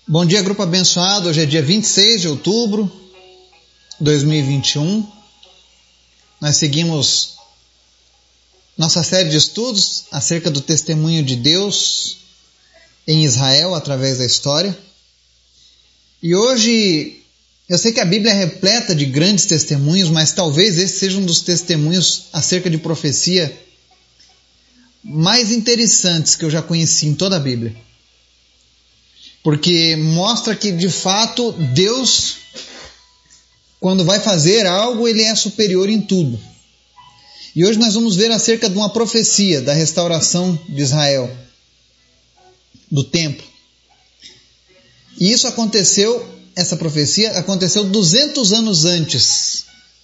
Bom dia, grupo abençoado. Hoje é dia 26 de outubro de 2021. Nós seguimos nossa série de estudos acerca do testemunho de Deus em Israel através da história. E hoje, eu sei que a Bíblia é repleta de grandes testemunhos, mas talvez esse seja um dos testemunhos acerca de profecia mais interessantes que eu já conheci em toda a Bíblia. Porque mostra que, de fato, Deus, quando vai fazer algo, Ele é superior em tudo. E hoje nós vamos ver acerca de uma profecia da restauração de Israel, do templo. E isso aconteceu, essa profecia aconteceu 200 anos antes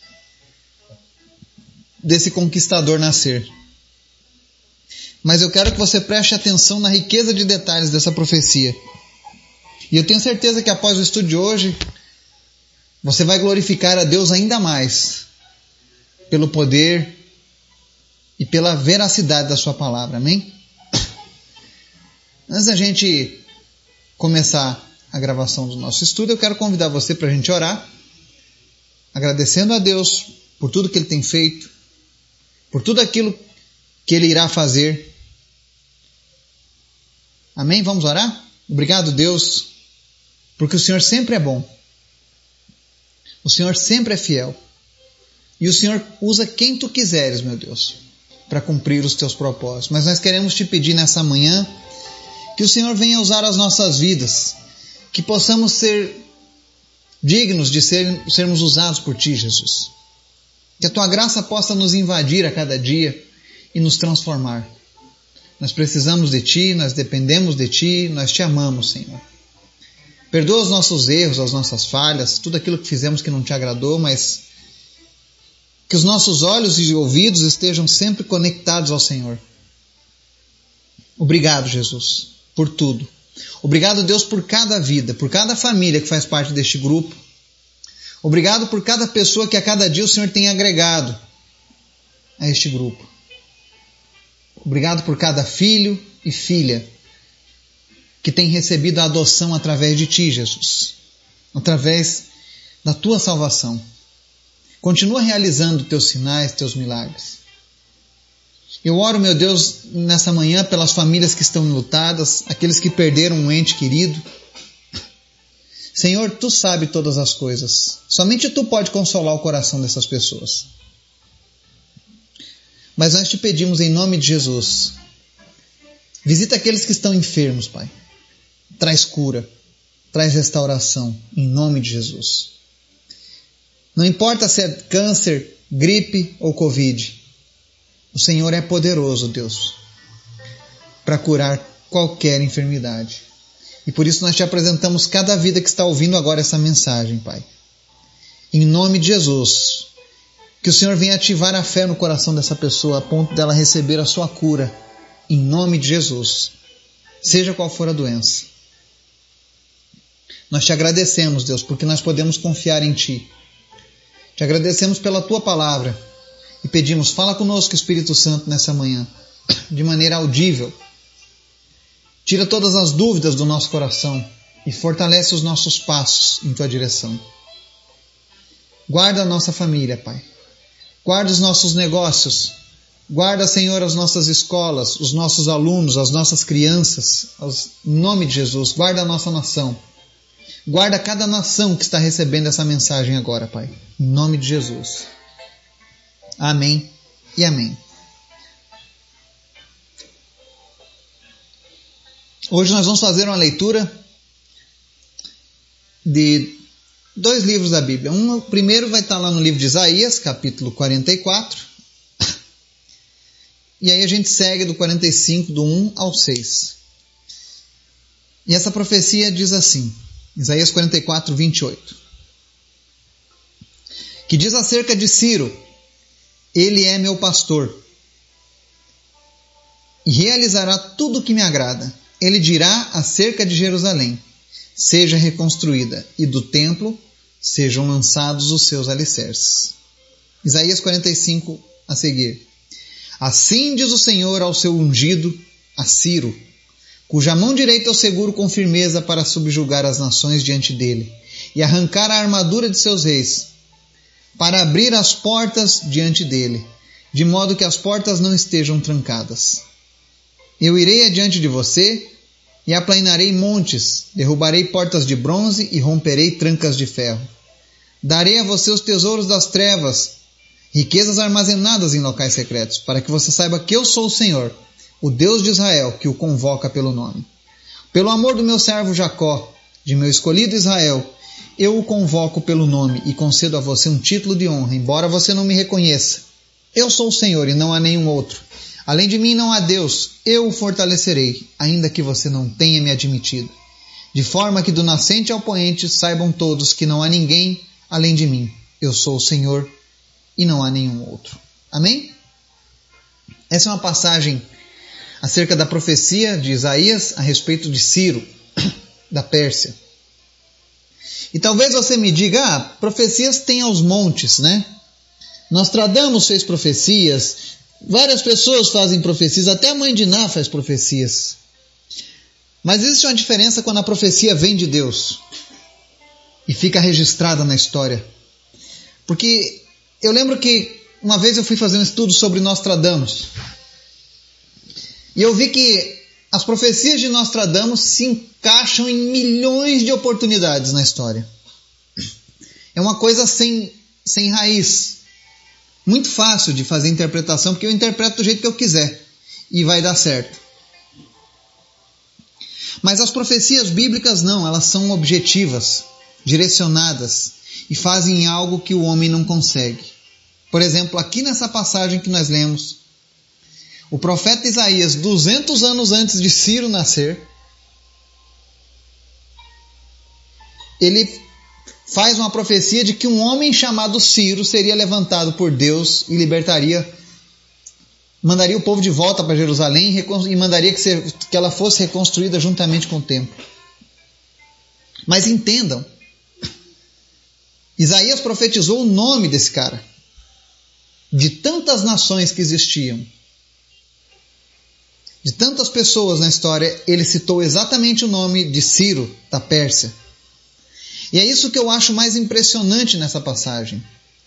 desse conquistador nascer. Mas eu quero que você preste atenção na riqueza de detalhes dessa profecia. E eu tenho certeza que após o estudo de hoje, você vai glorificar a Deus ainda mais pelo poder e pela veracidade da sua palavra, amém? Antes da gente começar a gravação do nosso estudo, eu quero convidar você para a gente orar, agradecendo a Deus por tudo que Ele tem feito, por tudo aquilo que Ele irá fazer. Amém? Vamos orar? Obrigado, Deus, porque o Senhor sempre é bom. O Senhor sempre é fiel. E o Senhor usa quem Tu quiseres, meu Deus, para cumprir os Teus propósitos. Mas nós queremos Te pedir nessa manhã que o Senhor venha usar as nossas vidas, que possamos ser dignos de sermos usados por Ti, Jesus. Que a Tua graça possa nos invadir a cada dia e nos transformar. Nós precisamos de Ti, nós dependemos de Ti, nós Te amamos, Senhor. Perdoa os nossos erros, as nossas falhas, tudo aquilo que fizemos que não Te agradou, mas que os nossos olhos e ouvidos estejam sempre conectados ao Senhor. Obrigado, Jesus, por tudo. Obrigado, Deus, por cada vida, por cada família que faz parte deste grupo. Obrigado por cada pessoa que a cada dia o Senhor tem agregado a este grupo. Obrigado por cada filho e filha que tem recebido a adoção através de Ti, Jesus, através da Tua salvação. Continua realizando Teus sinais, Teus milagres. Eu oro, meu Deus, nessa manhã pelas famílias que estão enlutadas, aqueles que perderam um ente querido. Senhor, Tu sabes todas as coisas. Somente Tu pode consolar o coração dessas pessoas. Mas nós Te pedimos em nome de Jesus, visita aqueles que estão enfermos, Pai. Traz cura, traz restauração, em nome de Jesus. Não importa se é câncer, gripe ou Covid, o Senhor é poderoso, Deus, para curar qualquer enfermidade. E por isso nós Te apresentamos cada vida que está ouvindo agora essa mensagem, Pai. Em nome de Jesus, que o Senhor venha ativar a fé no coração dessa pessoa, a ponto dela receber a sua cura, em nome de Jesus, seja qual for a doença. Nós Te agradecemos, Deus, porque nós podemos confiar em Ti. Te agradecemos pela Tua palavra e pedimos, fala conosco, Espírito Santo, nessa manhã, de maneira audível. Tira todas as dúvidas do nosso coração e fortalece os nossos passos em Tua direção. Guarda a nossa família, Pai. Guarda os nossos negócios. Guarda, Senhor, as nossas escolas, os nossos alunos, as nossas crianças. Em nome de Jesus, guarda a nossa nação. Guarda cada nação que está recebendo essa mensagem agora, Pai. Em nome de Jesus. Amém e amém. Hoje nós vamos fazer uma leitura de 2 livros da Bíblia. O primeiro vai estar lá no livro de Isaías, capítulo 44. E aí a gente segue do 45, do 1 ao 6. E essa profecia diz assim, Isaías 44, 28. Que diz acerca de Ciro: Ele é meu pastor e realizará tudo o que me agrada. Ele dirá acerca de Jerusalém: seja reconstruída, e do templo sejam lançados os seus alicerces. Isaías 45 a seguir. Assim diz o Senhor ao seu ungido, a Ciro: cuja mão direita eu seguro com firmeza para subjugar as nações diante dele, e arrancar a armadura de seus reis, para abrir as portas diante dele, de modo que as portas não estejam trancadas. Eu irei adiante de você, e aplainarei montes, derrubarei portas de bronze e romperei trancas de ferro. Darei a você os tesouros das trevas, riquezas armazenadas em locais secretos, para que você saiba que eu sou o Senhor, o Deus de Israel, que o convoca pelo nome. Pelo amor do meu servo Jacó, de meu escolhido Israel, eu o convoco pelo nome e concedo a você um título de honra, embora você não me reconheça. Eu sou o Senhor e não há nenhum outro. Além de mim não há Deus, eu o fortalecerei, ainda que você não tenha me admitido. De forma que do nascente ao poente saibam todos que não há ninguém além de mim. Eu sou o Senhor e não há nenhum outro. Amém? Essa é uma passagem acerca da profecia de Isaías a respeito de Ciro, da Pérsia. E talvez você me diga, profecias tem aos montes, né? Nostradamus fez profecias, várias pessoas fazem profecias, até a mãe de Ná faz profecias. Mas existe uma diferença quando a profecia vem de Deus e fica registrada na história. Porque eu lembro que uma vez eu fui fazer um estudo sobre Nostradamus. E eu vi que as profecias de Nostradamus se encaixam em milhões de oportunidades na história. É uma coisa sem raiz. Muito fácil de fazer interpretação, porque eu interpreto do jeito que eu quiser. E vai dar certo. Mas as profecias bíblicas não, elas são objetivas, direcionadas, e fazem algo que o homem não consegue. Por exemplo, aqui nessa passagem que nós lemos, o profeta Isaías, 200 anos antes de Ciro nascer, ele faz uma profecia de que um homem chamado Ciro seria levantado por Deus e mandaria o povo de volta para Jerusalém e mandaria que ela fosse reconstruída juntamente com o templo. Mas entendam, Isaías profetizou o nome desse cara, de tantas nações que existiam, de tantas pessoas na história, ele citou exatamente o nome de Ciro, da Pérsia. E é isso que eu acho mais impressionante nessa passagem.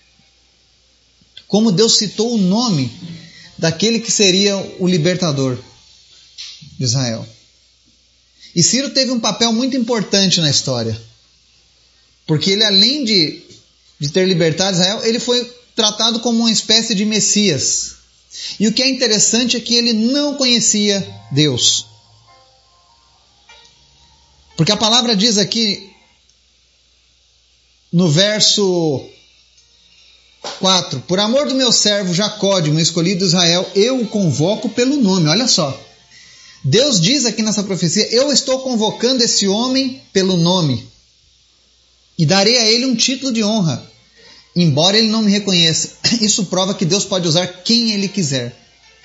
Como Deus citou o nome daquele que seria o libertador de Israel. E Ciro teve um papel muito importante na história. Porque ele, além de ter libertado Israel, ele foi tratado como uma espécie de Messias. E o que é interessante é que ele não conhecia Deus. Porque a palavra diz aqui, no verso 4, por amor do meu servo Jacó, de meu escolhido Israel, eu o convoco pelo nome. Olha só. Deus diz aqui nessa profecia, eu estou convocando esse homem pelo nome. E darei a ele um título de honra, embora ele não me reconheça. Isso prova que Deus pode usar quem Ele quiser.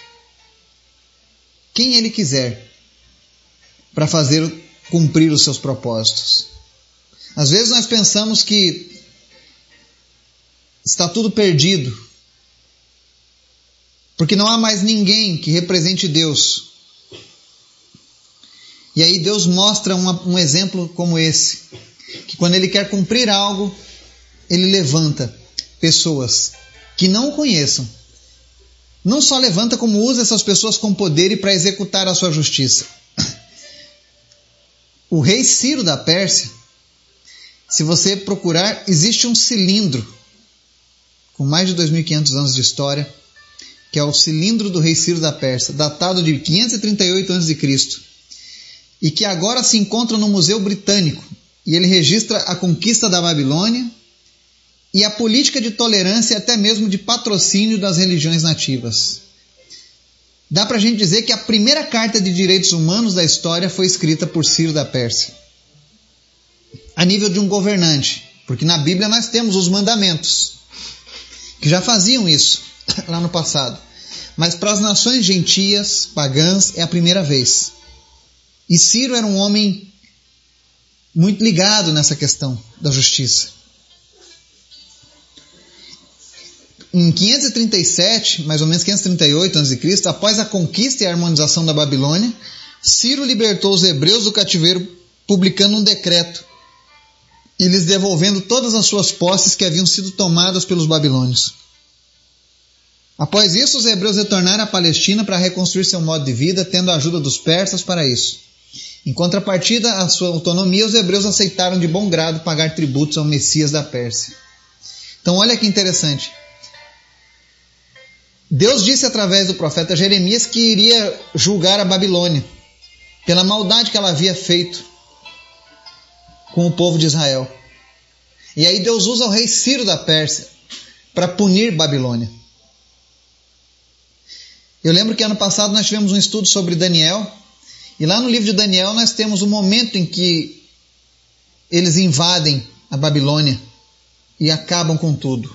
Quem Ele quiser, para fazer cumprir os seus propósitos. Às vezes nós pensamos que está tudo perdido, porque não há mais ninguém que represente Deus. E aí Deus mostra um exemplo como esse, que quando Ele quer cumprir algo, Ele levanta pessoas que não o conheçam. Não só levanta, como usa essas pessoas com poder e para executar a sua justiça. O rei Ciro da Pérsia, se você procurar, existe um cilindro com mais de 2.500 anos de história, que é o cilindro do rei Ciro da Pérsia, datado de 538 a.C., e que agora se encontra no Museu Britânico, e ele registra a conquista da Babilônia e a política de tolerância e até mesmo de patrocínio das religiões nativas. Dá para a gente dizer que a primeira carta de direitos humanos da história foi escrita por Ciro da Pérsia, a nível de um governante, porque na Bíblia nós temos os mandamentos, que já faziam isso lá no passado. Mas para as nações gentias, pagãs, é a primeira vez. E Ciro era um homem muito ligado nessa questão da justiça. Em 537, mais ou menos 538 a.C., após a conquista e a harmonização da Babilônia, Ciro libertou os hebreus do cativeiro, publicando um decreto e lhes devolvendo todas as suas posses que haviam sido tomadas pelos babilônios. Após isso, os hebreus retornaram à Palestina para reconstruir seu modo de vida, tendo a ajuda dos persas para isso. Em contrapartida à sua autonomia, os hebreus aceitaram de bom grado pagar tributos ao Messias da Pérsia. Então olha que interessante. Deus disse através do profeta Jeremias que iria julgar a Babilônia pela maldade que ela havia feito com o povo de Israel. E aí Deus usa o rei Ciro da Pérsia para punir Babilônia. Eu lembro que ano passado nós tivemos um estudo sobre Daniel, e lá no livro de Daniel nós temos o momento em que eles invadem a Babilônia e acabam com tudo.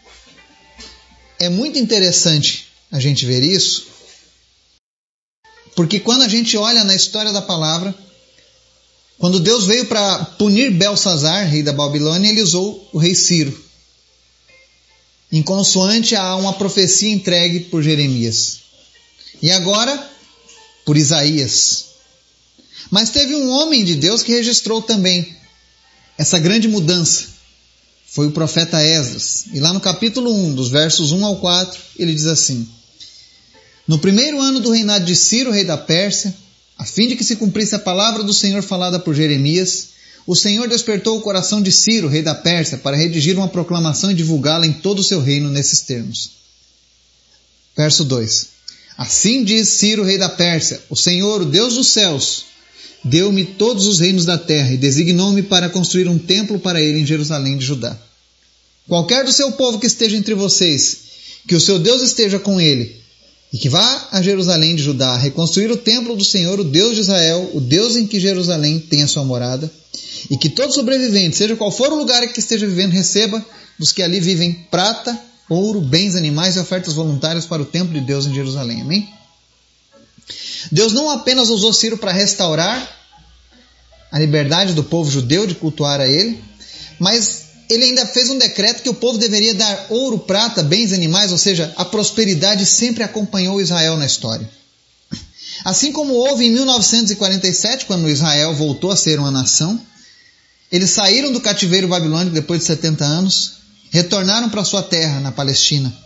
É muito interessante a gente ver isso, porque quando a gente olha na história da palavra, quando Deus veio para punir Belsazar, rei da Babilônia, ele usou o rei Ciro, em consoante a uma profecia entregue por Jeremias. E agora, por Isaías. Mas teve um homem de Deus que registrou também essa grande mudança. Foi o profeta Esdras. E lá no capítulo 1, dos versos 1 ao 4, ele diz assim: No primeiro ano do reinado de Ciro, rei da Pérsia, a fim de que se cumprisse a palavra do Senhor falada por Jeremias, o Senhor despertou o coração de Ciro, rei da Pérsia, para redigir uma proclamação e divulgá-la em todo o seu reino nesses termos. Verso 2. Assim diz Ciro, rei da Pérsia: O Senhor, o Deus dos céus, deu-me todos os reinos da terra e designou-me para construir um templo para ele em Jerusalém de Judá. Qualquer do seu povo que esteja entre vocês, que o seu Deus esteja com ele, e que vá a Jerusalém de Judá reconstruir o templo do Senhor, o Deus de Israel, o Deus em que Jerusalém tem a sua morada, e que todo sobrevivente, seja qual for o lugar em que esteja vivendo, receba dos que ali vivem prata, ouro, bens, animais e ofertas voluntárias para o templo de Deus em Jerusalém. Amém? Deus não apenas usou Ciro para restaurar a liberdade do povo judeu de cultuar a ele, mas ele ainda fez um decreto que o povo deveria dar ouro, prata, bens, animais, ou seja, a prosperidade sempre acompanhou Israel na história. Assim como houve em 1947, quando Israel voltou a ser uma nação, eles saíram do cativeiro babilônico depois de 70 anos, retornaram para sua terra, na Palestina,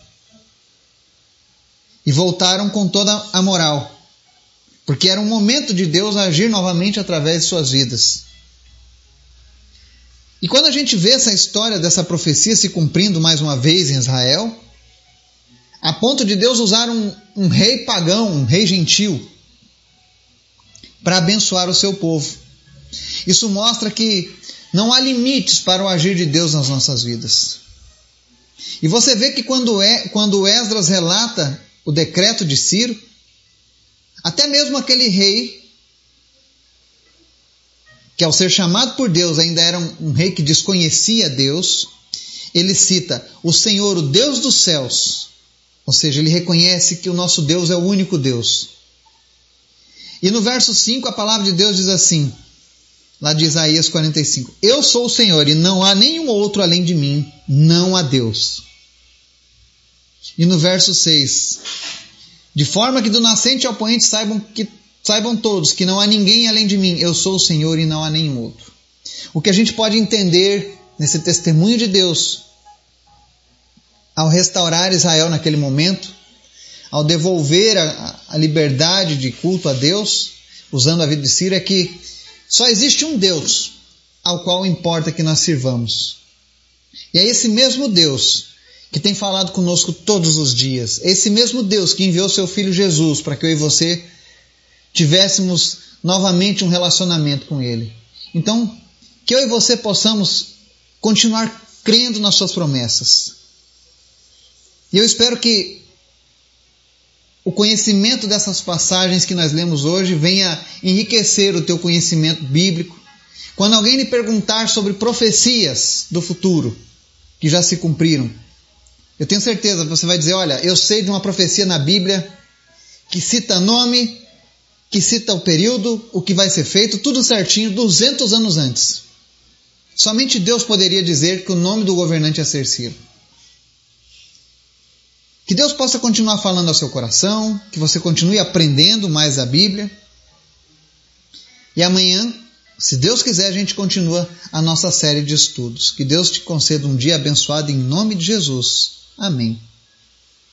e voltaram com toda a moral, porque era um momento de Deus agir novamente através de suas vidas. E quando a gente vê essa história dessa profecia se cumprindo mais uma vez em Israel, a ponto de Deus usar um rei pagão, um rei gentil, para abençoar o seu povo. Isso mostra que não há limites para o agir de Deus nas nossas vidas. E você vê que quando Esdras relata o decreto de Ciro, até mesmo aquele rei, que ao ser chamado por Deus ainda era um rei que desconhecia Deus, ele cita o Senhor, o Deus dos céus. Ou seja, ele reconhece que o nosso Deus é o único Deus. E no verso 5 a palavra de Deus diz assim, lá de Isaías 45, Eu sou o Senhor e não há nenhum outro além de mim, não há Deus. E no verso 6, de forma que do nascente ao poente saibam todos que não há ninguém além de mim, eu sou o Senhor e não há nenhum outro. O que a gente pode entender nesse testemunho de Deus, ao restaurar Israel naquele momento, ao devolver a liberdade de culto a Deus, usando a vida de Ciro, é que só existe um Deus ao qual importa que nós sirvamos. E é esse mesmo Deus que tem falado conosco todos os dias. É esse mesmo Deus que enviou seu Filho Jesus para que eu e você tivéssemos novamente um relacionamento com Ele. Então, que eu e você possamos continuar crendo nas suas promessas. E eu espero que o conhecimento dessas passagens que nós lemos hoje venha enriquecer o teu conhecimento bíblico. Quando alguém lhe perguntar sobre profecias do futuro que já se cumpriram, eu tenho certeza que você vai dizer, olha, eu sei de uma profecia na Bíblia que cita nome, que cita o período, o que vai ser feito, tudo certinho, 200 anos antes. Somente Deus poderia dizer que o nome do governante ia ser Ciro. Que Deus possa continuar falando ao seu coração, que você continue aprendendo mais a Bíblia E amanhã, se Deus quiser, a gente continua a nossa série de estudos. Que Deus te conceda um dia abençoado em nome de Jesus. Amém.